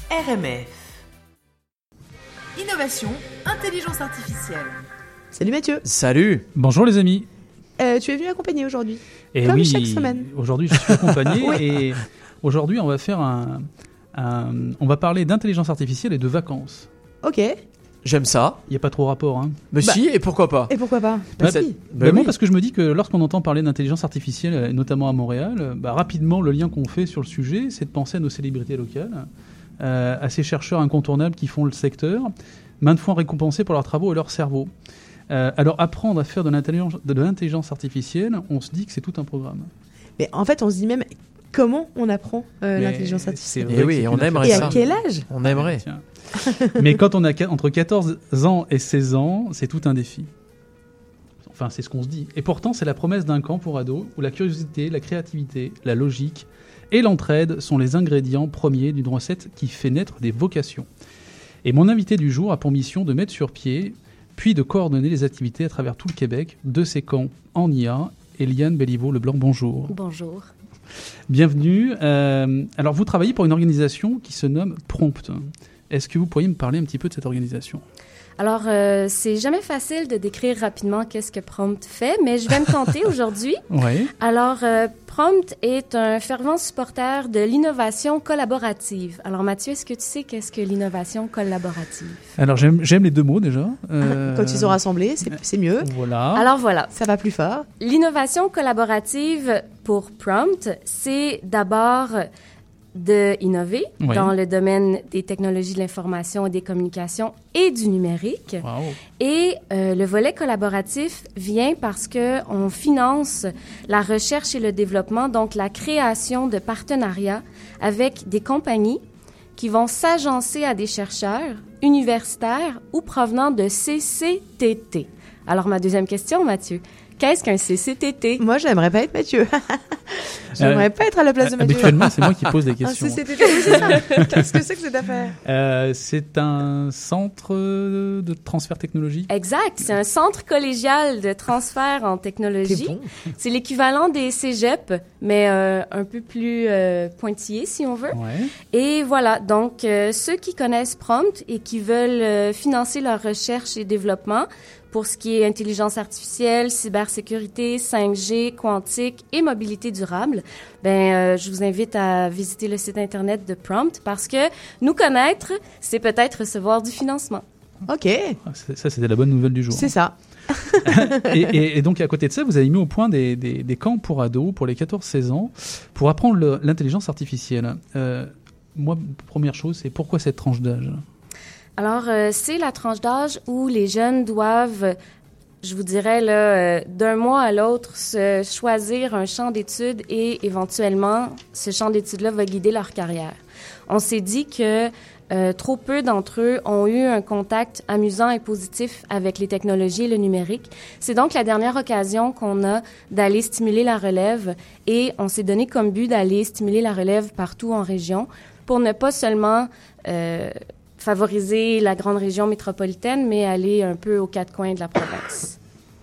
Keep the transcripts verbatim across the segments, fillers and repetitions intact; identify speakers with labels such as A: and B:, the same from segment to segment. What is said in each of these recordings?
A: R M F. Innovation, intelligence artificielle.
B: Salut Mathieu.
C: Salut.
D: Bonjour les amis.
B: Euh, tu es venu accompagner aujourd'hui.
D: Et
B: Comme
D: oui,
B: chaque semaine.
D: Aujourd'hui je suis accompagné
B: Oui.
D: et aujourd'hui on va faire un, un- on va parler d'intelligence artificielle et de vacances.
B: Ok.
C: J'aime ça.
D: Il n'y a pas trop rapport, hein.
C: Mais
B: Bah.
C: si, et pourquoi pas?
B: Et pourquoi pas
D: Bah,
B: Bah si.
C: Bah
D: Bah, moi
C: oui.
D: parce que je me dis que lorsqu'on entend parler d'intelligence artificielle, euh, notamment à Montréal, euh, bah, rapidement le lien qu'on fait sur le sujet, c'est de penser à nos célébrités locales, euh, à ces chercheurs incontournables qui font le secteur, maintes fois récompensés pour leurs travaux et leur cerveau. Euh, alors apprendre à faire de l'intelligence, de l'intelligence artificielle, on se dit que c'est tout un programme.
B: Mais en fait, on se dit même comment on apprend euh,
D: Mais
B: l'intelligence
D: c'est
B: artificielle.
D: vrai
C: Eh
D: que
C: oui,
D: c'est
C: on
D: une
C: aimerait
B: Et
D: affaire.
B: à
C: ça.
B: quel âge
C: On aimerait.
D: Tiens. Mais quand on a qua- entre quatorze ans et seize ans, c'est tout un défi. Enfin, c'est ce qu'on se dit. Et pourtant, c'est la promesse d'un camp pour ados où la curiosité, la créativité, la logique et l'entraide sont les ingrédients premiers d'une recette qui fait naître des vocations. Et mon invité du jour a pour mission de mettre sur pied, puis de coordonner les activités à travers tout le Québec de ces camps en I A. Eliane Béliveau-Leblanc, bonjour.
E: Bonjour.
D: Bienvenue. Euh, alors, vous travaillez pour une organisation qui se nomme Prompt. Est-ce que vous pourriez me parler un petit peu de cette organisation ?
E: Alors, euh, c'est jamais facile de décrire rapidement qu'est-ce que Prompt fait, mais je vais me tenter aujourd'hui.
D: Oui.
E: Alors, euh, Prompt est un fervent supporter de l'innovation collaborative. Alors, Mathieu, est-ce que tu sais qu'est-ce que l'innovation collaborative?
D: Alors, j'aime, j'aime les deux mots déjà. Euh,
B: Quand ils sont rassemblés, c'est, c'est mieux.
D: Voilà.
E: Alors, voilà.
B: Ça va plus fort.
E: L'innovation collaborative pour Prompt, c'est d'abord de innover
D: Oui.
E: dans le domaine des technologies de l'information et des communications et du numérique.
D: Wow.
E: Et euh, le volet collaboratif vient parce que on finance la recherche et le développement, donc la création de partenariats avec des compagnies qui vont s'agencer à des chercheurs universitaires ou provenant de C C T T. Alors, ma deuxième question, Mathieu, qu'est-ce qu'un C C T T?
B: Moi, j'aimerais pas être Mathieu. J'aimerais pas être à la place de Mathieu.
D: Habituellement, c'est moi qui pose des
B: Un
D: questions.
B: C C T T, oui, c'est ça. Qu'est-ce que c'est que cette affaire?
D: Euh, c'est un centre de transfert technologique.
E: Exact, c'est un centre collégial de transfert en
B: T'es
E: technologie.
B: bon.
E: C'est l'équivalent des cégeps, mais euh, un peu plus euh, pointillé, si on veut.
D: Ouais.
E: Et voilà, donc euh, ceux qui connaissent Prompt et qui veulent euh, financer leur recherche et développement pour ce qui est intelligence artificielle, cybersécurité, cinq G, quantique et mobilité durable, ben euh, je vous invite à visiter le site internet de Prompt parce que nous connaître, c'est peut-être recevoir du financement.
B: Ok,
D: Ah, c'est- Ça, c'était la bonne nouvelle du jour.
B: c'est ça.
D: et, et- et donc, à côté de ça, vous avez mis au point des, des- des camps pour ados, pour les quatorze seize ans, pour apprendre le- l'intelligence artificielle. Euh, moi, première chose, c'est pourquoi cette tranche d'âge ?
E: Alors, euh, c'est la tranche d'âge où les jeunes doivent, je vous dirais, là, euh, d'un mois à l'autre, se choisir un champ d'études et éventuellement, ce champ d'études-là va guider leur carrière. On s'est dit que euh, trop peu d'entre eux ont eu un contact amusant et positif avec les technologies et le numérique. C'est donc la dernière occasion qu'on a d'aller stimuler la relève et on s'est donné comme but d'aller stimuler la relève partout en région pour ne pas seulement euh, favoriser la grande région métropolitaine, mais aller un peu aux quatre coins de la province.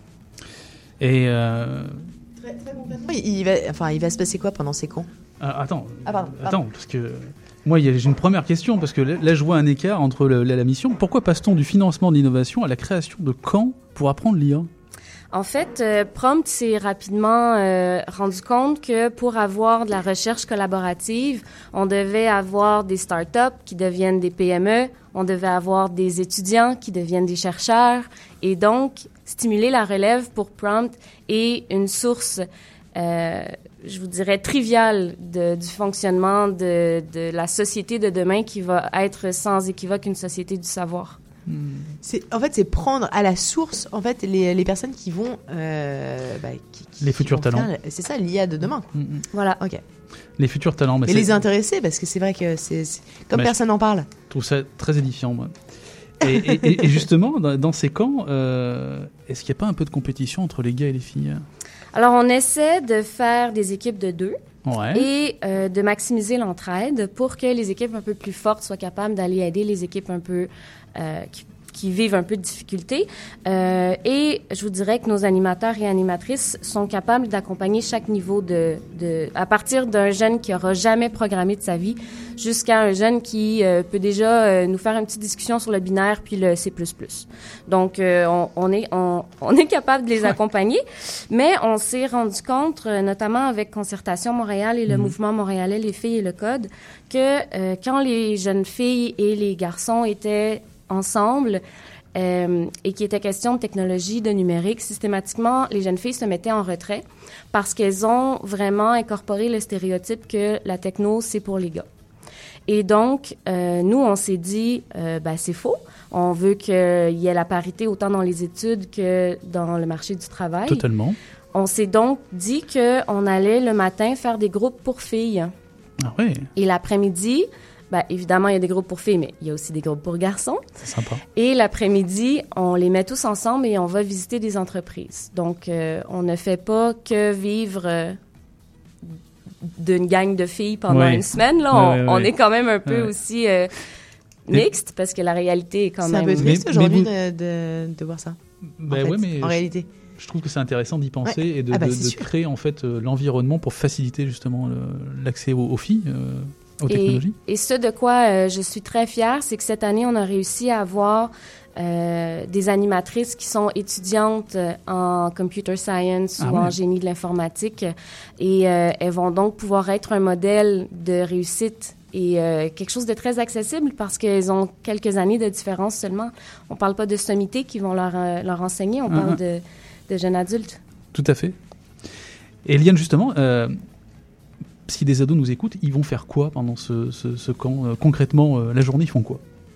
D: Et euh,
B: Très, très concrètement, il, il va, enfin, il va se passer quoi pendant ces camps?
D: ah, attends,
B: Ah, pardon,
D: euh, attends, parce que moi, il y a- j'ai une première question parce que là, là, je vois un écart entre le- la, la mission. Pourquoi passe-t-on du financement de l'innovation à la création de camps pour apprendre l'I A ?
E: En fait, euh, Prompt s'est rapidement euh, rendu compte que pour avoir de la recherche collaborative, on devait avoir des startups qui deviennent des P M E, on devait avoir des étudiants qui deviennent des chercheurs, et donc stimuler la relève pour Prompt est une source, euh, je vous dirais, triviale de, du fonctionnement de, de la société de demain qui va être sans équivoque une société du savoir.
B: C'est, en fait, c'est prendre à la source en fait les, les personnes qui vont, euh, bah, qui, qui-
D: Les
B: qui
D: futurs
B: vont
D: talents.
B: faire- c'est ça l'I A de demain.
D: Mm, mm.
E: Voilà.
B: Ok.
D: Les futurs talents. bah,
B: Et
D: c'est-
B: les intéresser parce que c'est vrai que c'est, c'est- comme
D: Mais
B: personne n'en parle.
D: Je trouve ça très édifiant, moi. Et, et- et justement, dans, dans ces camps, euh, est-ce qu'il n'y a pas un peu de compétition entre les gars et les filles ?
E: Alors, on essaie de faire des équipes de deux.
D: Ouais.
E: Et euh, de maximiser l'entraide pour que les équipes un peu plus fortes soient capables d'aller aider les équipes un peu euh, qui, qui vivent un peu de difficulté. Euh, et je vous dirais que nos animateurs et animatrices sont capables d'accompagner chaque niveau de, de à partir d'un jeune qui aura jamais programmé de sa vie jusqu'à un jeune qui euh, peut déjà euh, nous faire une petite discussion sur le binaire puis le C plus plus. Donc, euh, on, on, est, on, on est capable de les accompagner, mais on s'est rendu compte, euh, notamment avec Concertation Montréal et le mmh. mouvement montréalais Les filles et le code, que euh, quand les jeunes filles et les garçons étaient ensemble euh, et qu'il était question de technologie, de numérique, systématiquement, les jeunes filles se mettaient en retrait parce qu'elles ont vraiment incorporé le stéréotype que la techno, c'est pour les gars. Et donc, euh, nous, on s'est dit, euh, ben, c'est faux. On veut qu'il y ait la parité autant dans les études que dans le marché du travail.
D: Totalement.
E: On s'est donc dit qu'on allait le matin faire des groupes pour filles.
D: Ah oui.
E: Et l'après-midi, ben, évidemment, il y a des groupes pour filles, mais il y a aussi des groupes pour garçons.
D: C'est sympa.
E: Et l'après-midi, on les met tous ensemble et on va visiter des entreprises. Donc, euh, on ne fait pas que vivre euh, d'une gang de filles pendant
D: ouais.
E: une semaine. Là,
D: ouais,
E: on,
D: ouais,
E: on
D: ouais.
E: est quand même un peu
D: ouais.
E: aussi euh, mixte parce que la réalité est quand
B: c'est
E: même...
B: C'est un peu triste
D: mais,
B: aujourd'hui
D: mais vous...
B: de, de, de voir ça.
D: Ben
B: en, fait,
D: ouais, mais
B: en réalité.
D: Je trouve que c'est intéressant d'y penser
B: ouais.
D: et de,
B: ah bah,
D: de, de créer en fait euh, l'environnement pour faciliter justement le, l'accès aux, aux filles. Euh... Aux technologies.
E: Et, et ce de quoi euh, je suis très fière, c'est que cette année, on a réussi à avoir euh, des animatrices qui sont étudiantes en computer science ah ou oui. en génie de l'informatique. Et euh, elles vont donc pouvoir être un modèle de réussite et euh, quelque chose de très accessible parce qu'elles ont quelques années de différence seulement. On ne parle pas de sommités qui vont leur, euh, leur enseigner, on ah parle de, de jeunes adultes.
D: Tout à fait. Et Eliane, justement... Euh... Si des ados nous écoutent, ils vont faire quoi pendant ce, ce, ce camp euh, concrètement, euh, la journée, ils font quoi?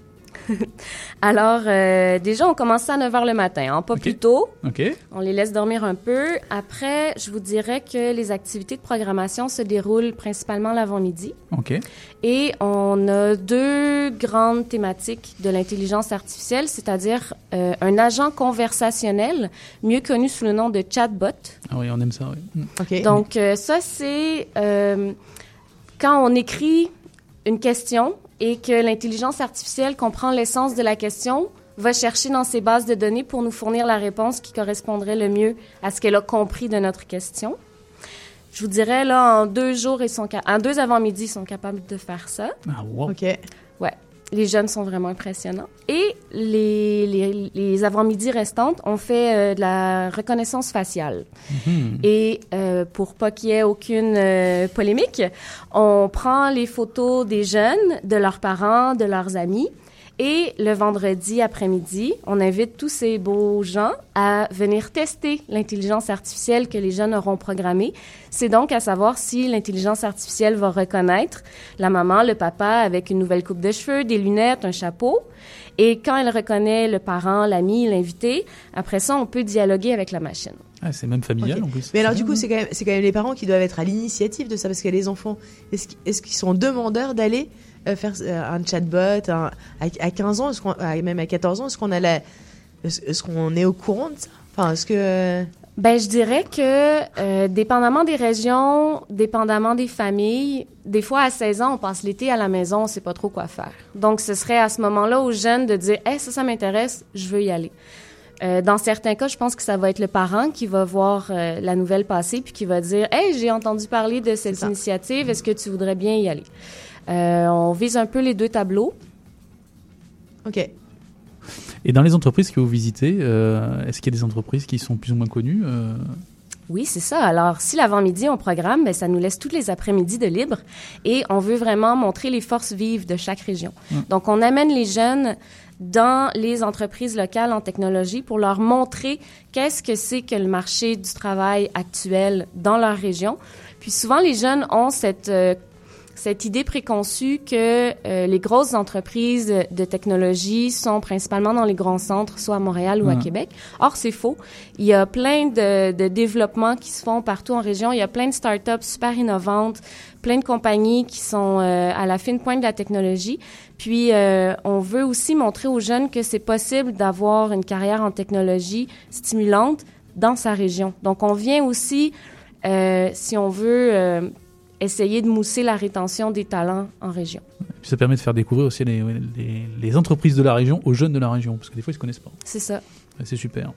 E: Alors, euh, déjà, on commence à neuf heures le matin, hein, pas
D: okay.
E: plus tôt.
D: Okay.
E: On les laisse dormir un peu. Après, je vous dirais que les activités de programmation se déroulent principalement l'avant-midi.
D: Okay.
E: Et on a deux grandes thématiques de l'intelligence artificielle, c'est-à-dire euh, un agent conversationnel, mieux connu sous le nom de chatbot.
D: Ah oui, on aime ça, oui.
E: Okay. Donc, euh, ça, c'est euh, quand on écrit une question et que l'intelligence artificielle comprend l'essence de la question, va chercher dans ses bases de données pour nous fournir la réponse qui correspondrait le mieux à ce qu'elle a compris de notre question. Je vous dirais, là, en deux jours, ils sont ca- en deux avant-midi, ils sont capables de faire ça.
D: Ah, wow.
B: OK.
E: Ouais. Les jeunes sont vraiment impressionnants. Et les, les, les avant-midi restantes, on fait euh, de la reconnaissance faciale. Mm-hmm. Et euh, pour pas qu'il y ait aucune euh, polémique, on prend les photos des jeunes, de leurs parents, de leurs amis. Et le vendredi après-midi, on invite tous ces beaux gens à venir tester l'intelligence artificielle que les jeunes auront programmée. C'est donc à savoir si l'intelligence artificielle va reconnaître la maman, le papa avec une nouvelle coupe de cheveux, des lunettes, un chapeau. Et quand elle reconnaît le parent, l'ami, l'invité, après ça, on peut dialoguer avec la machine.
D: Ah, c'est même familial
B: okay.
D: en plus.
B: Mais alors, du coup, c'est quand même, c'est quand même les parents qui doivent être à l'initiative de ça, parce que les enfants, est-ce, est-ce qu'ils sont demandeurs d'aller euh, faire euh, un chatbot un, à, à quinze ans, est-ce qu'on, à, même à quatorze ans, est-ce qu'on a la, est-ce, est-ce qu'on est au courant de ça? Enfin, est-ce que... Euh...
E: Ben, je dirais que, euh, dépendamment des régions, dépendamment des familles, des fois, à seize ans, on passe l'été à la maison, on sait pas trop quoi faire. Donc, ce serait à ce moment-là aux jeunes de dire « Hey, ça, ça m'intéresse, je veux y aller ». Euh, dans certains cas, je pense que ça va être le parent qui va voir euh, la nouvelle passer puis qui va dire « Hey, j'ai entendu parler de cette initiative, est-ce que tu voudrais bien y aller? Euh, » On vise un peu les deux tableaux.
B: OK.
D: Et dans les entreprises que vous visitez, euh, est-ce qu'il y a des entreprises qui sont plus ou moins connues euh...
E: Oui, c'est ça. Alors, si l'avant-midi, on programme, ben, ça nous laisse tous les après-midi de libre et on veut vraiment montrer les forces vives de chaque région. Mmh. Donc, on amène les jeunes dans les entreprises locales en technologie pour leur montrer qu'est-ce que c'est que le marché du travail actuel dans leur région. Puis souvent, les jeunes ont cette... Euh, cette idée préconçue que euh, les grosses entreprises de technologie sont principalement dans les grands centres, soit à Montréal ou mmh. à Québec. Or, c'est faux. Il y a plein de, de développements qui se font partout en région. Il y a plein de startups super innovantes, plein de compagnies qui sont euh, à la fine pointe de la technologie. Puis, euh, on veut aussi montrer aux jeunes que c'est possible d'avoir une carrière en technologie stimulante dans sa région. Donc, on vient aussi, euh, si on veut... Euh, essayer de mousser la rétention des talents en région.
D: Puis ça permet de faire découvrir aussi les, les, les entreprises de la région aux jeunes de la région, parce que des fois, ils ne se connaissent pas.
E: C'est ça.
D: Ouais, c'est super.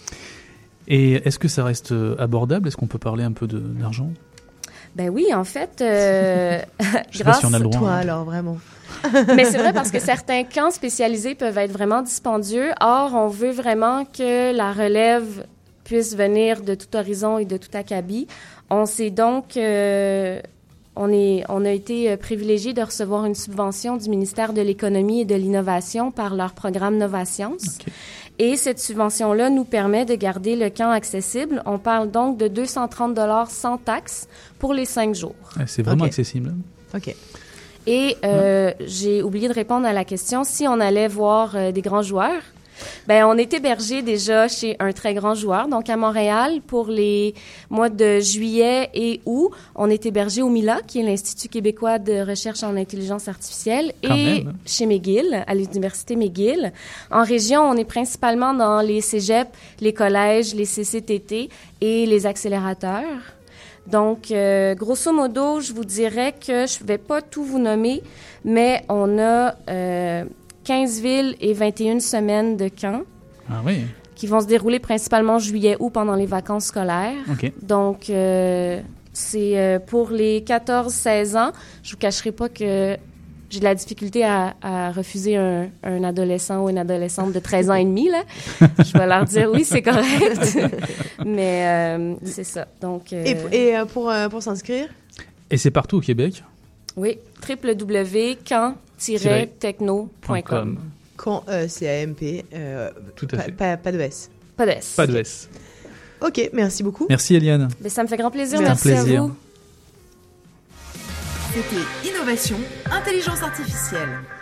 D: Et est-ce que ça reste abordable? Est-ce qu'on peut parler un peu de, d'argent?
E: Ben oui, en fait, euh,
D: Je sais pas
E: grâce...
D: si on a le droit.
B: Toi
D: hein.
B: alors, vraiment.
E: Mais c'est vrai parce que certains camps spécialisés peuvent être vraiment dispendieux. Or, on veut vraiment que la relève puisse venir de tout horizon et de tout acabit. On s'est donc... Euh, on, est, on a été privilégié de recevoir une subvention du ministère de l'Économie et de l'Innovation par leur programme Novascience.
D: Okay.
E: Et cette subvention-là nous permet de garder le camp accessible. On parle donc de deux cent trente dollars sans taxe pour les cinq jours.
D: Ouais, c'est vraiment
B: Ok.
D: accessible.
B: OK.
E: Et euh, j'ai oublié de répondre à la question, si on allait voir euh, des grands joueurs, ben on est hébergé déjà chez un très grand joueur. Donc à Montréal, pour les mois de juillet et août, on est hébergé au MILA, qui est l'Institut québécois de recherche en intelligence artificielle,
D: Quand
E: et
D: même.
E: chez McGill, à l'Université McGill. En région, on est principalement dans les cégeps, les collèges, les C C T T et les accélérateurs. Donc, euh, grosso modo, je vous dirais que je ne vais pas tout vous nommer, mais on a euh, quinze villes et vingt et une semaines de camp
D: Ah oui,
E: qui vont se dérouler principalement juillet-août pendant les vacances scolaires.
D: ok.
E: Donc, euh, c'est euh, pour les quatorze seize ans. Je vous cacherai pas que j'ai de la difficulté à, à refuser un, un adolescent ou une adolescente de treize ans et demi, là. Je vais leur dire oui, c'est correct. Mais euh, c'est ça. Donc, euh,
B: Et, et euh, pour, euh, pour s'inscrire?
D: Et c'est partout au Québec?
E: oui, w w w point camp tiret techno point com.
B: Quand euh, c'est A M P, euh,
D: Tout à
B: pas,
D: fait.
B: pas, pas de S.
E: Pas de S.
D: Pas de S.
B: OK, merci beaucoup.
D: Merci Eliane.
E: Mais ça me fait grand plaisir.
D: C'est un
E: Merci
D: plaisir.
E: à vous.
A: C'était Innovation, Intelligence artificielle.